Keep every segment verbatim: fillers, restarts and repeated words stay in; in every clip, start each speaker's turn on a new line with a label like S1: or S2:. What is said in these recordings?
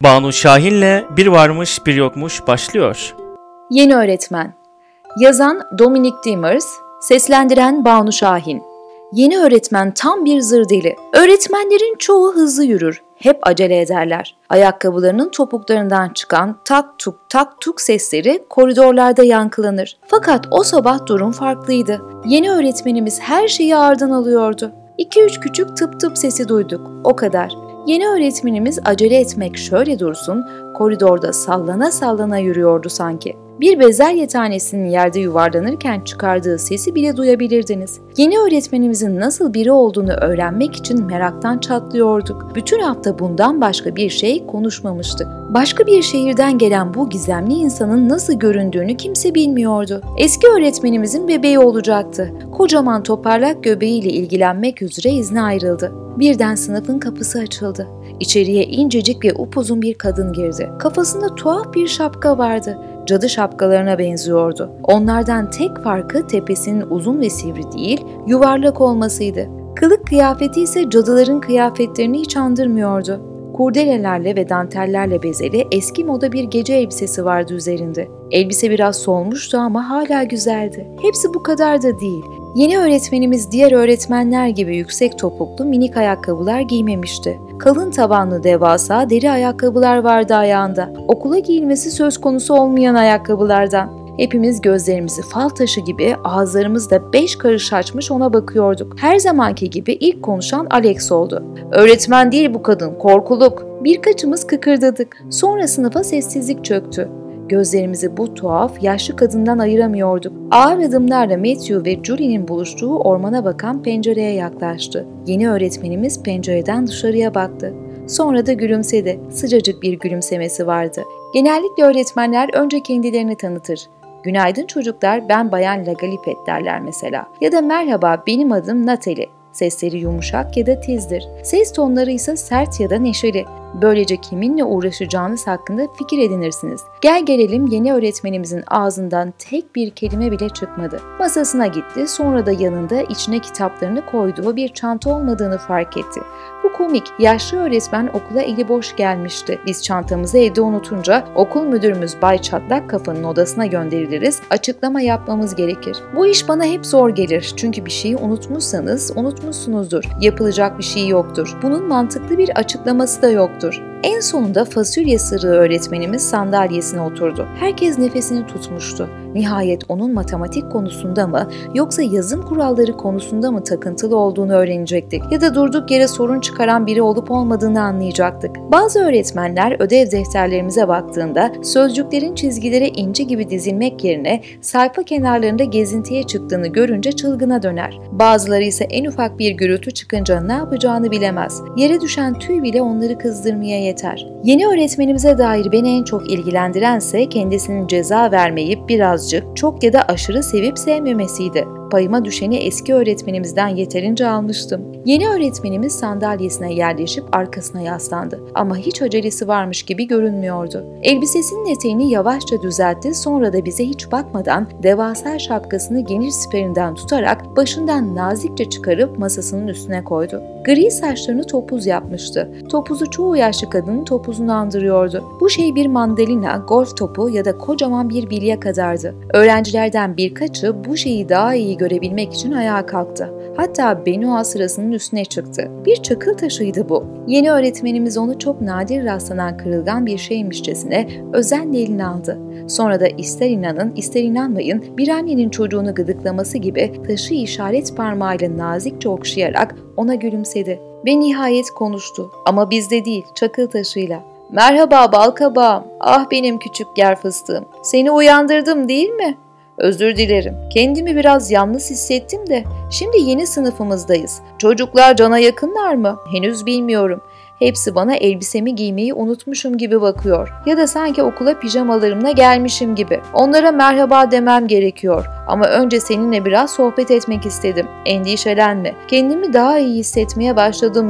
S1: Banu Şahin'le Bir Varmış Bir Yokmuş başlıyor.
S2: Yeni öğretmen. Yazan Dominic Diemers, seslendiren Banu Şahin. Yeni öğretmen tam bir zır deli. Öğretmenlerin çoğu hızlı yürür, hep acele ederler. Ayakkabılarının topuklarından çıkan tak tuk tak tuk sesleri koridorlarda yankılanır. Fakat o sabah durum farklıydı. Yeni öğretmenimiz her şeyi ağırdan alıyordu. İki üç küçük tıp tıp sesi duyduk, o kadar. Yeni öğretmenimiz acele etmek şöyle dursun, koridorda sallana sallana yürüyordu sanki. Bir bezelye tanesinin yerde yuvarlanırken çıkardığı sesi bile duyabilirdiniz. Yeni öğretmenimizin nasıl biri olduğunu öğrenmek için meraktan çatlıyorduk. Bütün hafta bundan başka bir şey konuşmamıştık. Başka bir şehirden gelen bu gizemli insanın nasıl göründüğünü kimse bilmiyordu. Eski öğretmenimizin bebeği olacaktı. Kocaman toparlak göbeğiyle ilgilenmek üzere izne ayrıldı. Birden sınıfın kapısı açıldı. İçeriye incecik ve upuzun bir kadın girdi. Kafasında tuhaf bir şapka vardı. Cadı şapkalarına benziyordu. Onlardan tek farkı tepesinin uzun ve sivri değil, yuvarlak olmasıydı. Kılık kıyafeti ise cadıların kıyafetlerini hiç andırmıyordu. Kurdelelerle ve dantellerle bezeli eski moda bir gece elbisesi vardı üzerinde. Elbise biraz solmuştu ama hala güzeldi. Hepsi bu kadar da değil. Yeni öğretmenimiz diğer öğretmenler gibi yüksek topuklu minik ayakkabılar giymemişti. Kalın tabanlı devasa deri ayakkabılar vardı ayağında. Okula giyilmesi söz konusu olmayan ayakkabılardan. Hepimiz gözlerimizi fal taşı gibi ağızlarımızda beş karış açmış ona bakıyorduk. Her zamanki gibi ilk konuşan Alex oldu. "Öğretmen değil bu kadın, korkuluk." Birkaçımız kıkırdadık. Sonra sınıfa sessizlik çöktü. Gözlerimizi bu tuhaf, yaşlı kadından ayıramıyorduk. Ağır adımlarla Matthew ve Julie'nin buluştuğu ormana bakan pencereye yaklaştı. Yeni öğretmenimiz pencereden dışarıya baktı. Sonra da gülümsedi. Sıcacık bir gülümsemesi vardı. Genellikle öğretmenler önce kendilerini tanıtır. "Günaydın çocuklar, ben Bayan Lagalipet" derler mesela. Ya da "Merhaba, benim adım Natalie." Sesleri yumuşak ya da tizdir. Ses tonları ise sert ya da neşeli. Böylece kiminle uğraşacağınız hakkında fikir edinirsiniz. Gel gelelim yeni öğretmenimizin ağzından tek bir kelime bile çıkmadı. Masasına gitti, sonra da yanında içine kitaplarını koyduğu bir çanta olmadığını fark etti. Bu komik, yaşlı öğretmen okula eli boş gelmişti. Biz çantamızı evde unutunca okul müdürümüz Bay Çatlak Kafa'nın odasına gönderiliriz, açıklama yapmamız gerekir. Bu iş bana hep zor gelir çünkü bir şeyi unutmuşsanız unutmuşsunuzdur. Yapılacak bir şey yoktur. Bunun mantıklı bir açıklaması da yoktur. En sonunda fasulye sırığı öğretmenimiz sandalyesine oturdu. Herkes nefesini tutmuştu. Nihayet onun matematik konusunda mı yoksa yazım kuralları konusunda mı takıntılı olduğunu öğrenecektik ya da durduk yere sorun çıkaran biri olup olmadığını anlayacaktık. Bazı öğretmenler ödev defterlerimize baktığında sözcüklerin çizgilere inci gibi dizilmek yerine sayfa kenarlarında gezintiye çıktığını görünce çılgına döner. Bazıları ise en ufak bir gürültü çıkınca ne yapacağını bilemez. Yere düşen tüy bile onları kızdırmaya yeter. Yeni öğretmenimize dair beni en çok ilgilendirense kendisinin ceza vermeyip biraz çok ya da aşırı sevip sevmemesiydi. Payıma düşeni eski öğretmenimizden yeterince almıştım. Yeni öğretmenimiz sandalyesine yerleşip arkasına yaslandı ama hiç acelesi varmış gibi görünmüyordu. Elbisesinin eteğini yavaşça düzeltti, sonra da bize hiç bakmadan devasa şapkasını geniş siperinden tutarak başından nazikçe çıkarıp masasının üstüne koydu. Gri saçlarını topuz yapmıştı. Topuzu çoğu yaşlı kadının topuzunu andırıyordu. Bu şey bir mandalina, golf topu ya da kocaman bir bilye kadardı. Öğrencilerden birkaçı bu şeyi daha iyi görebilmek için ayağa kalktı. Hatta Benua sırasının üstüne çıktı. Bir çakıl taşıydı bu. Yeni öğretmenimiz onu çok nadir rastlanan kırılgan bir şeymişçesine özenle eline aldı. Sonra da ister inanın ister inanmayın bir annenin çocuğunu gıdıklaması gibi taşı işaret parmağıyla nazikçe okşayarak ona gülümsedi. Ve nihayet konuştu. Ama bizde değil, çakıl taşıyla. "Merhaba balkabağım, ah benim küçük yer fıstığım. Seni uyandırdım değil mi? Özür dilerim. Kendimi biraz yalnız hissettim de. Şimdi yeni sınıfımızdayız. Çocuklar cana yakınlar mı? Henüz bilmiyorum. Hepsi bana elbisemi giymeyi unutmuşum gibi bakıyor. Ya da sanki okula pijamalarımla gelmişim gibi. Onlara merhaba demem gerekiyor. Ama önce seninle biraz sohbet etmek istedim. Endişelenme. Kendimi daha iyi hissetmeye başladım bile.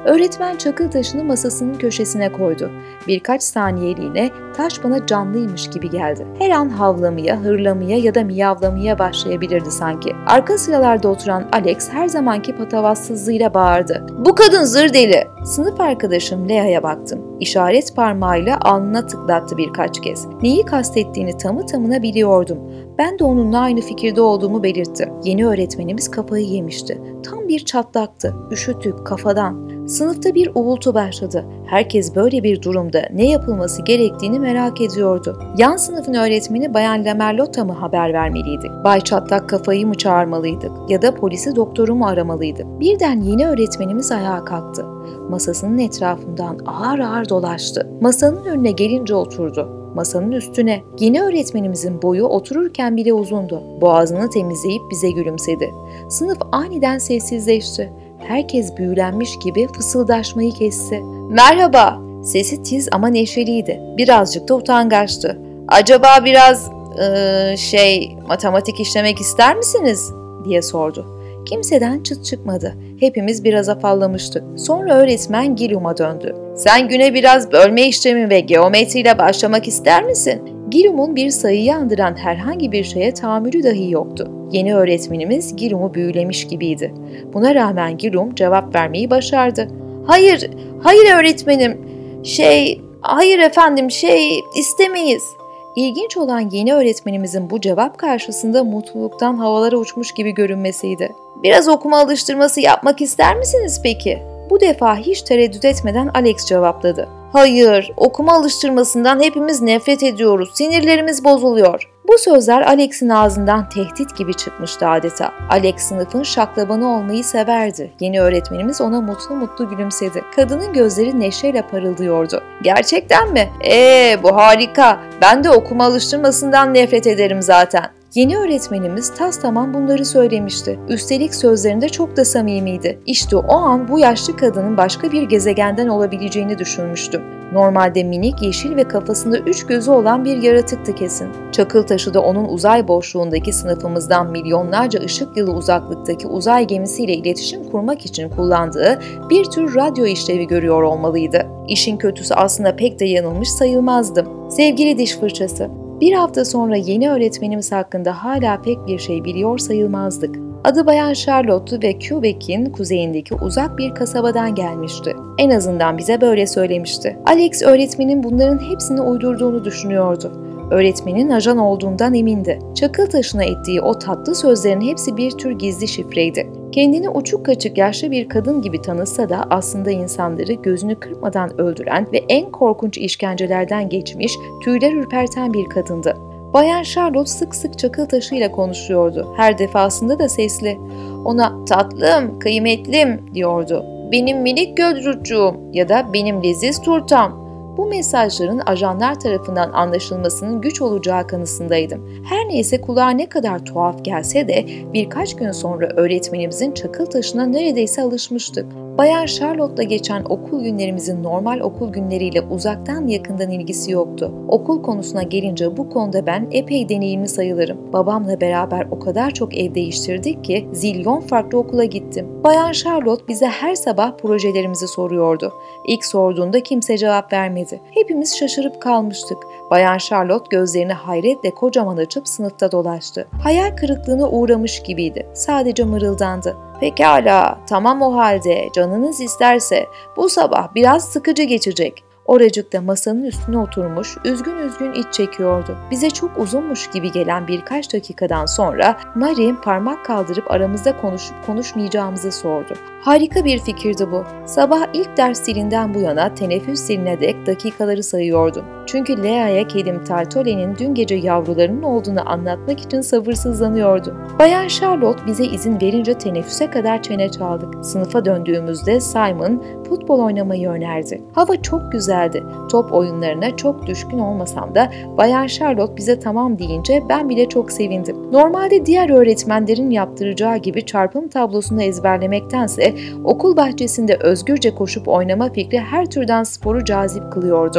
S2: Öğretmen çakıl taşını masasının köşesine koydu. Birkaç saniyeliğine taş bana canlıymış gibi geldi. Her an havlamaya, hırlamaya ya da miyavlamaya başlayabilirdi sanki. Arka sıralarda oturan Alex her zamanki patavatsızlığıyla bağırdı. "Bu kadın zır deli!" Sınıf arkadaşım Lea'ya baktım. İşaret parmağıyla alnına tıklattı birkaç kez. Neyi kastettiğini tamı tamına biliyordum. Ben de onunla aynı fikirde olduğumu belirttim. Yeni öğretmenimiz kafayı yemişti. Tam bir çatlaktı. Üşütük, kafadan. Sınıfta bir uğultu başladı. Herkes böyle bir durumda ne yapılması gerektiğini merak ediyordu. Yan sınıfın öğretmeni Bayan Lamerlotta mı haber vermeliydik? Bay Çatlak kafayı mı çağırmalıydık? Ya da polisi, doktoru mu aramalıydık? Birden yeni öğretmenimiz ayağa kalktı. Masasının etrafından ağır ağır dolaştı. Masanın önüne gelince oturdu. Masanın üstüne. Yeni öğretmenimizin boyu otururken bile uzundu. Boğazını temizleyip bize gülümsedi. Sınıf aniden sessizleşti. Herkes büyülenmiş gibi fısıldaşmayı kesti. "Merhaba." Sesi tiz ama neşeliydi. Birazcık da utangaçtı. "Acaba biraz ee, şey matematik işlemek ister misiniz?" diye sordu. Kimseden çıt çıkmadı. Hepimiz biraz afallamıştık. Sonra öğretmen Gilum'a döndü. "Sen güne biraz bölme işlemi ve geometriyle başlamak ister misin?" Gilum'un bir sayıyı andıran herhangi bir şeye tahammülü dahi yoktu. Yeni öğretmenimiz Gilum'u büyülemiş gibiydi. Buna rağmen Gilum cevap vermeyi başardı. "Hayır, hayır öğretmenim. Şey, hayır efendim, şey istemeyiz." İlginç olan yeni öğretmenimizin bu cevap karşısında mutluluktan havalara uçmuş gibi görünmesiydi. "Biraz okuma alıştırması yapmak ister misiniz peki?" Bu defa hiç tereddüt etmeden Alex cevapladı. "Hayır, okuma alıştırmasından hepimiz nefret ediyoruz. Sinirlerimiz bozuluyor." Bu sözler Alex'in ağzından tehdit gibi çıkmıştı adeta. Alex sınıfın şaklabanı olmayı severdi. Yeni öğretmenimiz ona mutlu mutlu gülümsedi. Kadının gözleri neşeyle parıldıyordu. "Gerçekten mi? Eee bu harika. Ben de okuma alıştırmasından nefret ederim zaten." Yeni öğretmenimiz tas tamam bunları söylemişti. Üstelik sözlerinde çok da samimiydi. İşte o an bu yaşlı kadının başka bir gezegenden olabileceğini düşünmüştüm. Normalde minik, yeşil ve kafasında üç gözü olan bir yaratıktı kesin. Çakıltaşı da onun uzay boşluğundaki sınıfımızdan milyonlarca ışık yılı uzaklıktaki uzay gemisiyle iletişim kurmak için kullandığı bir tür radyo işlevi görüyor olmalıydı. İşin kötüsü aslında pek de yanılmış sayılmazdım. Sevgili diş fırçası, bir hafta sonra yeni öğretmenimiz hakkında hala pek bir şey biliyor sayılmazdık. Adı Bayan Charlotte ve Quebec'in kuzeyindeki uzak bir kasabadan gelmişti. En azından bize böyle söylemişti. Alex öğretmenin bunların hepsini uydurduğunu düşünüyordu. Öğretmenin ajan olduğundan emindi. Çakıltaşı'na ettiği o tatlı sözlerin hepsi bir tür gizli şifreydi. Kendini uçuk kaçık yaşlı bir kadın gibi tanıtsa da aslında insanları gözünü kırpmadan öldüren ve en korkunç işkencelerden geçmiş, tüyler ürperten bir kadındı. Bayan Charlotte sık sık Çakıltaşı ile konuşuyordu. Her defasında da sesli. Ona "tatlım, kıymetlim" diyordu. "Benim minik gözcüğüm" ya da "benim leziz turtam." Bu mesajların ajanlar tarafından anlaşılmasının güç olacağı kanısındaydım. Her neyse kulağa ne kadar tuhaf gelse de birkaç gün sonra öğretmenimizin Çakıltaşı'na neredeyse alışmıştık. Bayan Charlotte'la geçen okul günlerimizin normal okul günleriyle uzaktan yakından ilgisi yoktu. Okul konusuna gelince bu konuda ben epey deneyimli sayılırım. Babamla beraber o kadar çok ev değiştirdik ki zilyon farklı okula gittim. Bayan Charlotte bize her sabah projelerimizi soruyordu. İlk sorduğunda kimse cevap vermedi. Hepimiz şaşırıp kalmıştık. Bayan Charlotte gözlerini hayretle kocaman açıp sınıfta dolaştı. Hayal kırıklığına uğramış gibiydi. Sadece mırıldandı. "Pekala, tamam o halde, canınız isterse bu sabah biraz sıkıcı geçecek." Oracıkta masanın üstüne oturmuş, üzgün üzgün iç çekiyordu. Bize çok uzunmuş gibi gelen birkaç dakikadan sonra Marie parmak kaldırıp aramızda konuşup konuşmayacağımızı sordu. Harika bir fikirdi bu. Sabah ilk ders zilinden bu yana teneffüs ziline dek dakikaları sayıyordum. Çünkü Lea'ya kedim Tartole'nin dün gece yavrularının olduğunu anlatmak için sabırsızlanıyordum. Bayan Charlotte bize izin verince teneffüse kadar çene çaldık. Sınıfa döndüğümüzde Simon futbol oynamayı önerdi. Hava çok güzeldi. Top oyunlarına çok düşkün olmasam da Bayan Charlotte bize tamam deyince ben bile çok sevindim. Normalde diğer öğretmenlerin yaptıracağı gibi çarpım tablosunu ezberlemektense okul bahçesinde özgürce koşup oynama fikri her türden sporu cazip kılıyordu.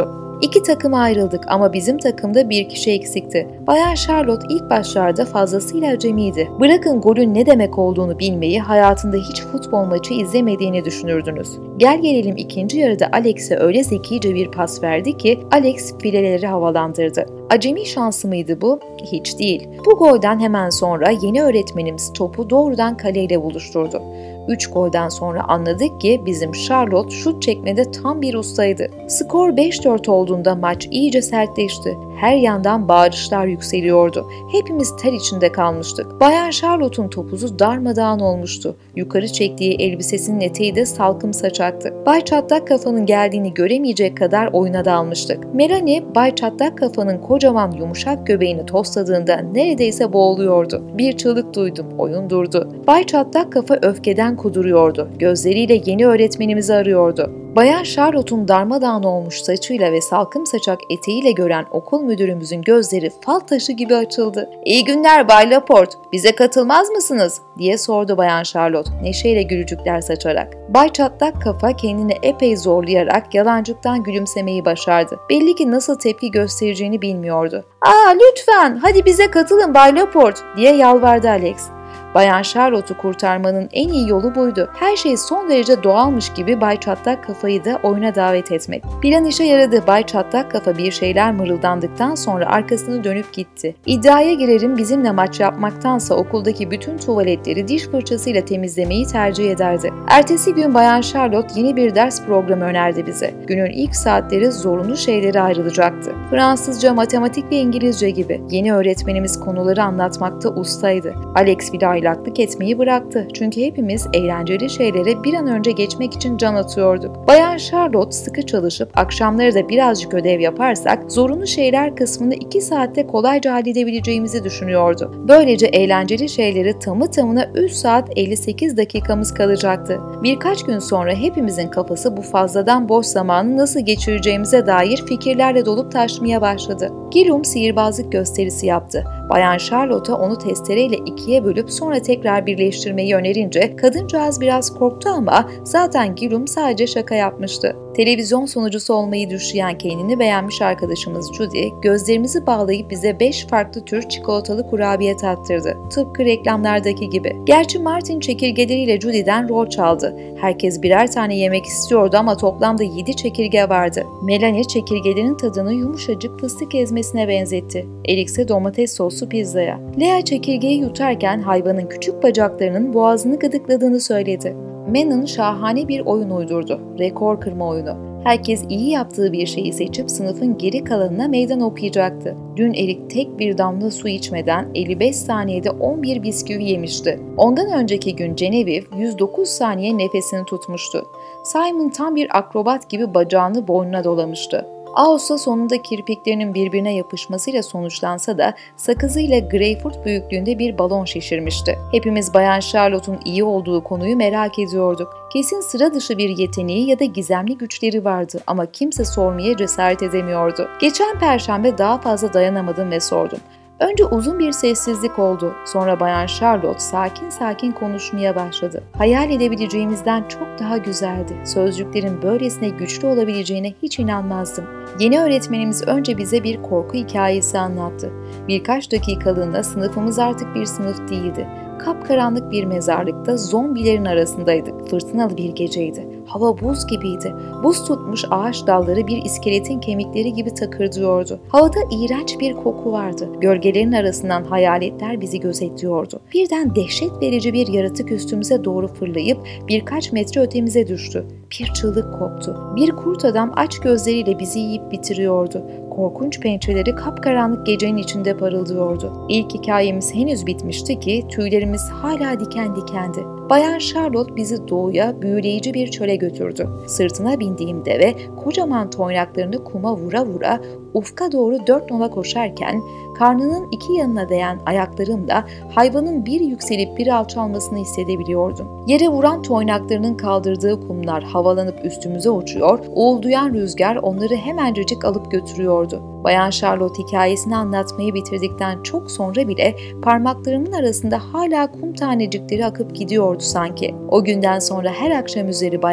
S2: İki takıma ayrıldık ama bizim takımda bir kişi eksikti. Bayan Charlotte ilk başlarda fazlasıyla acemiydi. Bırakın golün ne demek olduğunu bilmeyi, hayatında hiç futbol maçı izlemediğini düşünürdünüz. Gel gelelim ikinci yarıda Alex'e öyle zekice bir pas verdi ki Alex fileleri havalandırdı. Acemi şansı mıydı bu? Hiç değil. Bu golden hemen sonra yeni öğretmenimiz topu doğrudan kaleyle buluşturdu. Üç golden sonra anladık ki bizim Charlotte şut çekmede tam bir ustaydı. Skor beş dört olduğunda maç iyice sertleşti. Her yandan bağırışlar yükseliyordu. Hepimiz ter içinde kalmıştık. Bayan Charlotte'un topuzu darmadağın olmuştu. Yukarı çektiği elbisesinin eteği de salkım saçaktı. Bay Çatlak Kafa'nın geldiğini göremeyecek kadar oyuna dalmıştık. Melanie, Bay Çatlak Kafa'nın kocaman yumuşak göbeğini tosladığında neredeyse boğuluyordu. Bir çığlık duydum, oyun durdu. Bay Çatlak Kafa öfkeden kuduruyordu. Gözleriyle yeni öğretmenimizi arıyordu. Bayan Charlotte'un darmadağın olmuş saçıyla ve salkım saçak eteğiyle gören okul müdürümüzün gözleri fal taşı gibi açıldı. "İyi günler Bay Laporte, bize katılmaz mısınız?" diye sordu Bayan Charlotte, neşeyle gülücükler saçarak. Bay Çatlak Kafa kendini epey zorlayarak yalancıktan gülümsemeyi başardı. Belli ki nasıl tepki göstereceğini bilmiyordu. "Aa lütfen, hadi bize katılın Bay Laporte," diye yalvardı Alex. Bayan Charlotte'u kurtarmanın en iyi yolu buydu. Her şey son derece doğalmış gibi Bay Çatlak Kafa'yı da oyuna davet etmek. Plan işe yaradı. Bay Çatlak Kafa bir şeyler mırıldandıktan sonra arkasını dönüp gitti. "İddiaya girerim bizimle maç yapmaktansa okuldaki bütün tuvaletleri diş fırçasıyla temizlemeyi tercih ederdi." Ertesi gün Bayan Charlotte yeni bir ders programı önerdi bize. Günün ilk saatleri zorunlu şeylere ayrılacaktı. Fransızca, matematik ve İngilizce gibi. Yeni öğretmenimiz konuları anlatmakta ustaydı. Alex bile aylaklık etmeyi bıraktı. Çünkü hepimiz eğlenceli şeylere bir an önce geçmek için can atıyorduk. Bayan Charlotte sıkı çalışıp akşamları da birazcık ödev yaparsak zorunlu şeyler kısmını iki saatte kolayca halledebileceğimizi düşünüyordu. Böylece eğlenceli şeyleri tamı tamına üç saat elli sekiz dakikamız kalacaktı. Birkaç gün sonra hepimizin kafası bu fazladan boş zamanı nasıl geçireceğimize dair fikirlerle dolup taşmaya başladı. Gillum sihirbazlık gösterisi yaptı. Bayan Charlotte'a onu testereyle ikiye bölüp sonra tekrar birleştirmeyi önerince kadıncağız biraz korktu ama zaten Gillum sadece şaka yapmıştı. Televizyon sunucusu olmayı düşleyen kendini beğenmiş arkadaşımız Judy, gözlerimizi bağlayıp bize beş farklı tür çikolatalı kurabiye tattırdı. Tıpkı reklamlardaki gibi. Gerçi Martin çekirgeleriyle Judy'den rol çaldı. Herkes birer tane yemek istiyordu ama toplamda yedi çekirge vardı. Melanie çekirgelerin tadını yumuşacık fıstık ezmesine benzetti. Elix'e domates soslu pizzaya. Lea çekirgeyi yutarken hayvanın küçük bacaklarının boğazını gıdıkladığını söyledi. Manon şahane bir oyun uydurdu. Rekor kırma oyunu. Herkes iyi yaptığı bir şeyi seçip sınıfın geri kalanına meydan okuyacaktı. Dün Erik tek bir damla su içmeden elli beş saniyede on bir bisküvi yemişti. Ondan önceki gün Genevieve yüz dokuz saniye nefesini tutmuştu. Simon tam bir akrobat gibi bacağını boynuna dolamıştı. Ağustos sonunda kirpiklerinin birbirine yapışmasıyla sonuçlansa da sakızıyla greyfurt büyüklüğünde bir balon şişirmişti. Hepimiz Bayan Charlotte'un iyi olduğu konuyu merak ediyorduk. Kesin sıra dışı bir yeteneği ya da gizemli güçleri vardı ama kimse sormaya cesaret edemiyordu. Geçen perşembe daha fazla dayanamadım ve sordum. Önce uzun bir sessizlik oldu. Sonra Bayan Charlotte sakin sakin konuşmaya başladı. Hayal edebileceğimizden çok daha güzeldi. Sözcüklerin böylesine güçlü olabileceğine hiç inanmazdım. Yeni öğretmenimiz önce bize bir korku hikayesi anlattı. Birkaç dakikalığına sınıfımız artık bir sınıf değildi. Kapkaranlık bir mezarlıkta zombilerin arasındaydık. Fırtınalı bir geceydi. Hava buz gibiydi. Buz tutmuş ağaç dalları bir iskeletin kemikleri gibi takırdıyordu. Havada iğrenç bir koku vardı. Gölgelerin arasından hayaletler bizi gözetliyordu. Birden dehşet verici bir yaratık üstümüze doğru fırlayıp birkaç metre ötemize düştü. Bir çığlık koptu. Bir kurt adam aç gözleriyle bizi yiyip bitiriyordu. Korkunç pençeleri kapkaranlık gecenin içinde parıldıyordu. İlk hikayemiz henüz bitmişti ki tüylerimiz hala diken dikendi. Bayan Charlotte bizi doğuya büyüleyici bir çöle götürdü. Sırtına bindiğim deve kocaman toynaklarını kuma vura vura ufka doğru dört nala koşarken karnının iki yanına değen ayaklarımla hayvanın bir yükselip bir alçalmasını hissedebiliyordum. Yere vuran toynaklarının kaldırdığı kumlar havalanıp üstümüze uçuyor, uğulduyan rüzgar onları hemencecik alıp götürüyordu. Bayan Charlotte hikayesini anlatmayı bitirdikten çok sonra bile parmaklarımın arasında hala kum tanecikleri akıp gidiyordu sanki. O günden sonra her akşam üzeri Bayan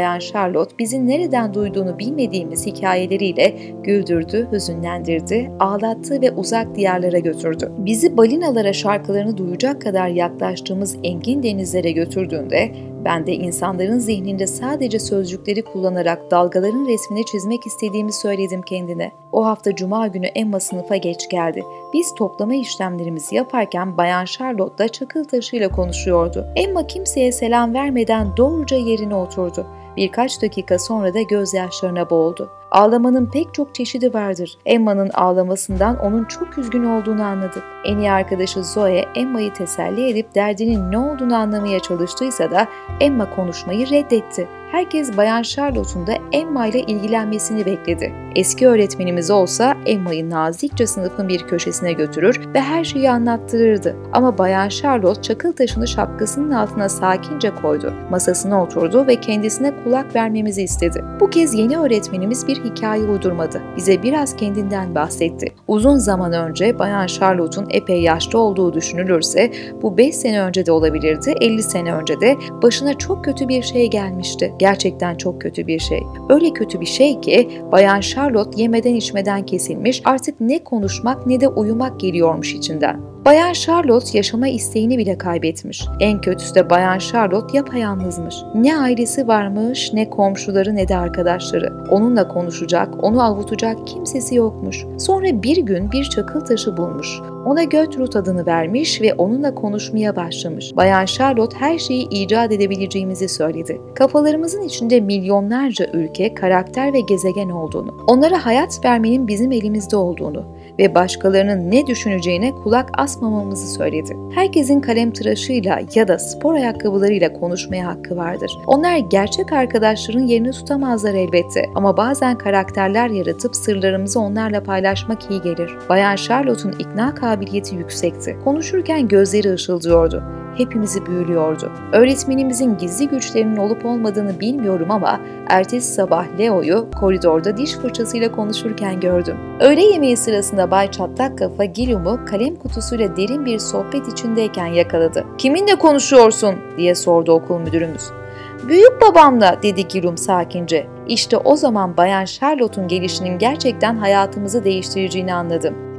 S2: Bayan Charlotte bizi nereden duyduğunu bilmediğimiz hikayeleriyle güldürdü, hüzünlendirdi, ağlattı ve uzak diyarlara götürdü. Bizi balinalara şarkılarını duyacak kadar yaklaştığımız engin denizlere götürdüğünde ben de insanların zihninde sadece sözcükleri kullanarak dalgaların resmini çizmek istediğimi söyledim kendine. O hafta Cuma günü Emma sınıfa geç geldi. Biz toplama işlemlerimizi yaparken Bayan Charlotte da çakıl taşıyla konuşuyordu. Emma kimseye selam vermeden doğruca yerine oturdu. Birkaç dakika sonra da gözyaşlarına boğuldu. Ağlamanın pek çok çeşidi vardır. Emma'nın ağlamasından onun çok üzgün olduğunu anladık. En iyi arkadaşı Zoe, Emma'yı teselli edip derdinin ne olduğunu anlamaya çalıştıysa da Emma konuşmayı reddetti. Herkes Bayan Charlotte'un da Emma ile ilgilenmesini bekledi. Eski öğretmenimiz olsa Emma'yı nazikçe sınıfın bir köşesine götürür ve her şeyi anlattırırdı. Ama Bayan Charlotte çakıl taşını şapkasının altına sakince koydu. Masasına oturdu ve kendisine kulak vermemizi istedi. Bu kez yeni öğretmenimiz bir hikaye uydurmadı. Bize biraz kendinden bahsetti. Uzun zaman önce Bayan Charlotte'un epey yaşlı olduğu düşünülürse bu beş sene önce de olabilirdi, elli sene önce de başına çok kötü bir şey gelmişti. Gerçekten çok kötü bir şey. Öyle kötü bir şey ki Bayan Charlotte yemeden içmeden kesilmiş, artık ne konuşmak ne de uyumak geliyormuş içinden. Bayan Charlotte yaşama isteğini bile kaybetmiş. En kötüsü de Bayan Charlotte yapayalnızmış. Ne ailesi varmış, ne komşuları ne de arkadaşları. Onunla konuşacak, onu avutacak kimsesi yokmuş. Sonra bir gün bir çakıl taşı bulmuş. Ona Gertrude adını vermiş ve onunla konuşmaya başlamış. Bayan Charlotte her şeyi icat edebileceğimizi söyledi. Kafalarımızın içinde milyonlarca ülke, karakter ve gezegen olduğunu, onlara hayat vermenin bizim elimizde olduğunu ve başkalarının ne düşüneceğine kulak asmamamızı söyledi. Herkesin kalem tıraşıyla ya da spor ayakkabılarıyla konuşmaya hakkı vardır. Onlar gerçek arkadaşların yerini tutamazlar elbette ama bazen karakterler yaratıp sırlarımızı onlarla paylaşmak iyi gelir. Bayan Charlotte'un ikna kabiliyeti yüksekti. Konuşurken gözleri ışıldıyordu. Hepimizi büyülüyordu. Öğretmenimizin gizli güçlerinin olup olmadığını bilmiyorum ama ertesi sabah Leo'yu koridorda diş fırçasıyla konuşurken gördüm. Öğle yemeği sırasında Bay Çatlak Kafa Gillum'u kalem kutusuyla derin bir sohbet içindeyken yakaladı. "Kiminle konuşuyorsun?" diye sordu okul müdürümüz. "Büyük babamla," dedi Gillum sakince. İşte o zaman Bayan Charlotte'un gelişinin gerçekten hayatımızı değiştireceğini anladım.